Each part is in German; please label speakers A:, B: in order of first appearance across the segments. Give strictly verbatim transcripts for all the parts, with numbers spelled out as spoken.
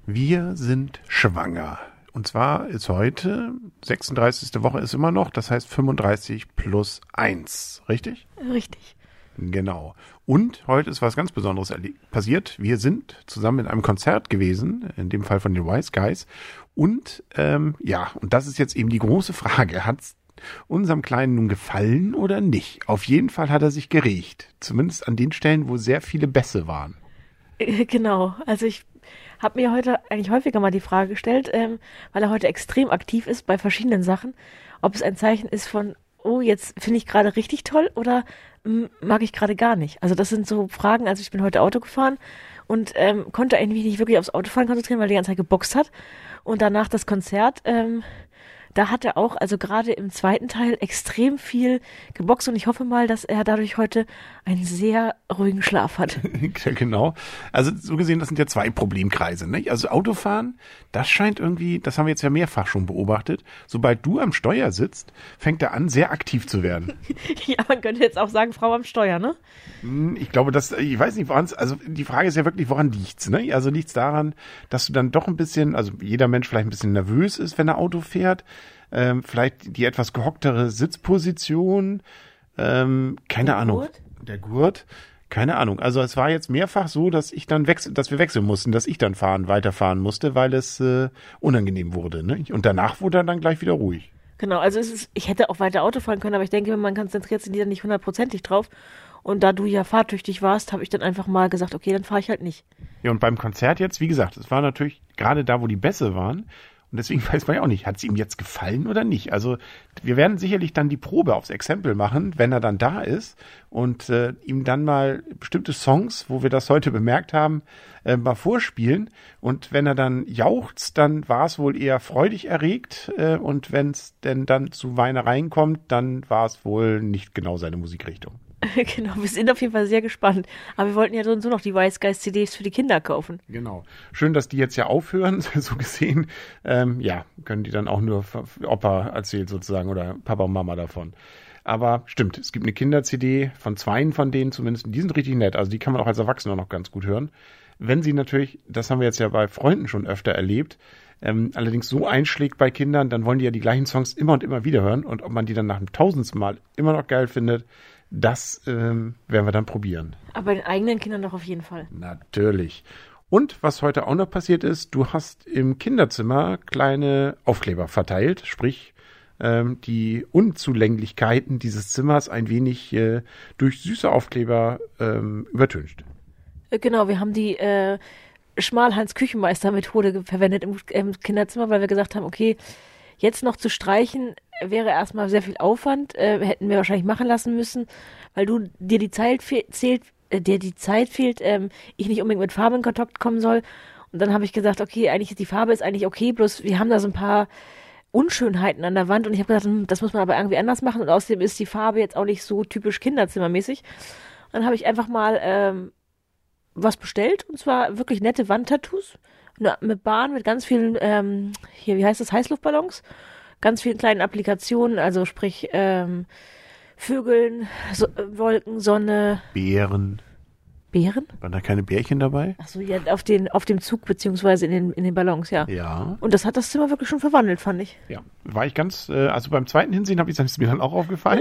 A: Wir sind schwanger. Und zwar ist heute, sechsunddreißigste Woche ist immer noch, das heißt fünfunddreißig plus eins, richtig?
B: Richtig.
A: Genau. Und heute ist was ganz Besonderes passiert. Wir sind zusammen in einem Konzert gewesen, in dem Fall von den Wise Guys. Und ähm, ja, und das ist jetzt eben die große Frage. Hat's unserem Kleinen nun gefallen oder nicht? Auf jeden Fall hat er sich geregt. Zumindest an den Stellen, wo sehr viele Bässe waren.
B: Genau. Also ich habe mir heute eigentlich häufiger mal die Frage gestellt, ähm, weil er heute extrem aktiv ist bei verschiedenen Sachen, ob es ein Zeichen ist von, oh, jetzt finde ich gerade richtig toll oder m, mag ich gerade gar nicht. Also das sind so Fragen, also ich bin heute Auto gefahren und ähm, konnte eigentlich nicht wirklich aufs Autofahren konzentrieren, weil er die ganze Zeit geboxt hat. Und danach das Konzert, ähm, da hat er auch, also gerade im zweiten Teil, extrem viel geboxt und ich hoffe mal, dass er dadurch heute einen sehr ruhigen Schlaf hat.
A: Ja, genau. Also so gesehen, das sind ja zwei Problemkreise, nicht? Also Autofahren, das scheint irgendwie, das haben wir jetzt ja mehrfach schon beobachtet, sobald du am Steuer sitzt, fängt er an, sehr aktiv zu werden.
B: Ja, man könnte jetzt auch sagen, Frau am Steuer, ne?
A: Ich glaube, dass, ich weiß nicht, woran es, also die Frage ist ja wirklich, woran liegt's, ne? Also liegt's daran, dass du dann doch ein bisschen, also jeder Mensch vielleicht ein bisschen nervös ist, wenn er Auto fährt, ähm, vielleicht die etwas gehocktere Sitzposition, ähm, keine
B: Der
A: Ahnung.
B: Gurt?
A: Der Gurt? Keine Ahnung. Also es war jetzt mehrfach so, dass ich dann wechsel, dass wir wechseln mussten, dass ich dann fahren, weiterfahren musste, weil es äh, unangenehm wurde, ne? Und danach wurde er dann gleich wieder ruhig.
B: Genau, also es ist, ich hätte auch weiter Auto fahren können, aber ich denke, man konzentriert sich da nicht hundertprozentig drauf. Und da du ja fahrtüchtig warst, habe ich dann einfach mal gesagt, okay, dann fahre ich halt nicht.
A: Ja, und beim Konzert jetzt, wie gesagt, es war natürlich gerade da, wo die Bässe waren. Und deswegen weiß man ja auch nicht, hat es ihm jetzt gefallen oder nicht. Also wir werden sicherlich dann die Probe aufs Exempel machen, wenn er dann da ist und äh, ihm dann mal bestimmte Songs, wo wir das heute bemerkt haben, äh, mal vorspielen. Und wenn er dann jauchzt, dann war es wohl eher freudig erregt. Äh, und wenn es denn dann zu Weinereien kommt, dann war es wohl nicht genau seine Musikrichtung.
B: Genau, wir sind auf jeden Fall sehr gespannt. Aber wir wollten ja so und so noch die Wise Guys C Ds für die Kinder kaufen.
A: Genau. Schön, dass die jetzt ja aufhören, so gesehen. Ähm, ja, können die dann auch nur Opa erzählt sozusagen oder Papa und Mama davon. Aber stimmt, es gibt eine Kinder-C D von zweien von denen zumindest. Die sind richtig nett. Also die kann man auch als Erwachsener noch ganz gut hören. Wenn sie natürlich, das haben wir jetzt ja bei Freunden schon öfter erlebt, ähm, allerdings so einschlägt bei Kindern, dann wollen die ja die gleichen Songs immer und immer wieder hören. Und ob man die dann nach dem tausendsten Mal immer noch geil findet, das ähm, werden wir dann probieren.
B: Aber bei den eigenen Kindern doch auf jeden Fall.
A: Natürlich. Und was heute auch noch passiert ist, du hast im Kinderzimmer kleine Aufkleber verteilt, sprich ähm, die Unzulänglichkeiten dieses Zimmers ein wenig äh, durch süße Aufkleber ähm, übertüncht.
B: Genau, wir haben die äh, Schmalhans-Küchenmeister-Methode verwendet im, im Kinderzimmer, weil wir gesagt haben, okay, jetzt noch zu streichen wäre erstmal sehr viel Aufwand, äh, hätten wir wahrscheinlich machen lassen müssen, weil du dir die Zeit fe- zählt, äh, dir die Zeit fehlt, ähm, ich nicht unbedingt mit Farbe in Kontakt kommen soll. Und dann habe ich gesagt, okay, eigentlich ist die Farbe ist eigentlich okay, bloß wir haben da so ein paar Unschönheiten an der Wand und ich habe gesagt, hm, das muss man aber irgendwie anders machen und außerdem ist die Farbe jetzt auch nicht so typisch kinderzimmermäßig. Und dann habe ich einfach mal ähm, was bestellt und zwar wirklich nette Wandtattoos. Mit Bahn, mit ganz vielen, ähm, hier, wie heißt das, Heißluftballons, ganz vielen kleinen Applikationen, also sprich ähm, Vögeln, so, äh, Wolken, Sonne.
A: Bären.
B: Bären?
A: Waren da keine Bärchen dabei?
B: Achso, ja, auf, den, auf dem Zug beziehungsweise in den, in den Ballons, ja.
A: Ja.
B: Und das hat das Zimmer wirklich schon verwandelt, fand ich.
A: Ja, war ich ganz, äh, also beim zweiten Hinsehen habe ich dann, ist mir dann auch aufgefallen.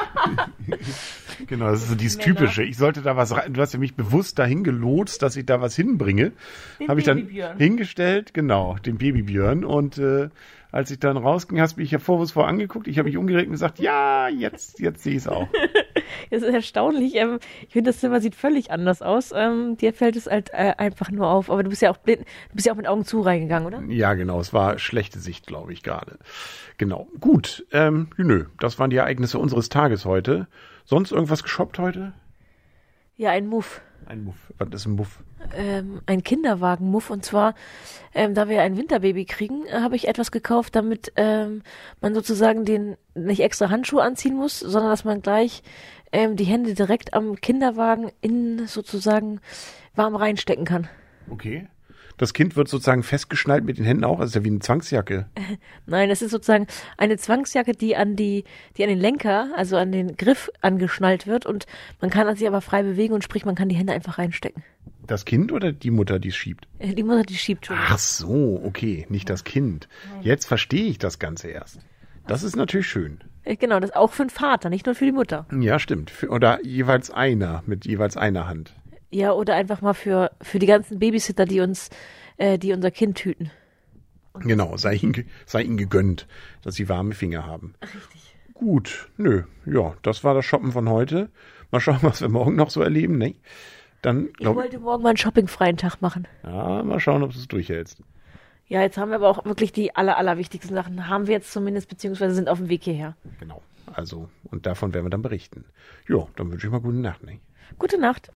A: Genau, das ist so dieses
B: Männer.
A: Typische. Ich sollte da was rein, du hast ja mich bewusst dahin gelotst, dass ich da was hinbringe. Habe ich dann
B: Babybjörn.
A: hingestellt, genau, den Babybjörn. Und äh, als ich dann rausging, hast du mich ja vorwurfsvoll angeguckt. Ich habe mich umgedreht und gesagt, ja, jetzt, jetzt sehe ich es auch.
B: Das ist erstaunlich. Ähm, ich finde, das Zimmer sieht völlig anders aus. Ähm, dir fällt es halt äh, einfach nur auf. Aber du bist ja auch blind, du bist ja auch mit Augen zu reingegangen, oder?
A: Ja, genau, es war schlechte Sicht, glaube ich, gerade. Genau, gut, ähm, nö, das waren die Ereignisse unseres Tages heute. Sonst irgendwas geshoppt heute?
B: Ja, ein Muff.
A: Ein Muff. Was ist ein Muff?
B: Ähm, ein Kinderwagen-Muff. Und zwar, ähm, da wir ein Winterbaby kriegen, äh, habe ich etwas gekauft, damit ähm, man sozusagen den nicht extra Handschuhe anziehen muss, sondern dass man gleich ähm, die Hände direkt am Kinderwagen in sozusagen warm reinstecken kann.
A: Okay. Das Kind wird sozusagen festgeschnallt mit den Händen auch, also ist ja wie eine Zwangsjacke.
B: Nein, das ist sozusagen eine Zwangsjacke, die an die, die an den Lenker, also an den Griff angeschnallt wird und man kann sich aber frei bewegen und sprich, man kann die Hände einfach reinstecken.
A: Das Kind oder die Mutter, die es schiebt?
B: Äh, Die Mutter, die schiebt schon.
A: Ach so, okay, nicht das Kind. Jetzt verstehe ich das Ganze erst. Das ist natürlich schön.
B: Äh, Genau, das ist auch für den Vater, nicht nur für die Mutter.
A: Ja, stimmt. Für, oder jeweils einer, mit jeweils einer Hand.
B: Ja, oder einfach mal für, für die ganzen Babysitter, die uns, äh, die unser Kind hüten.
A: Genau, sei ihnen, ge- sei ihnen gegönnt, dass sie warme Finger haben.
B: Richtig.
A: Gut, nö, ja, das war das Shoppen von heute. Mal schauen, was wir morgen noch so erleben, ne? Dann,
B: Ich
A: glaube
B: wollte morgen mal einen shoppingfreien Tag machen.
A: ja, mal schauen, ob du es durchhältst.
B: Ja, jetzt haben wir aber auch wirklich die aller, allerwichtigsten Sachen. Haben wir jetzt zumindest, beziehungsweise sind auf dem Weg hierher.
A: Genau, also, und davon werden wir dann berichten. Ja, dann wünsche ich mal gute Nacht, ne?
B: Gute Nacht.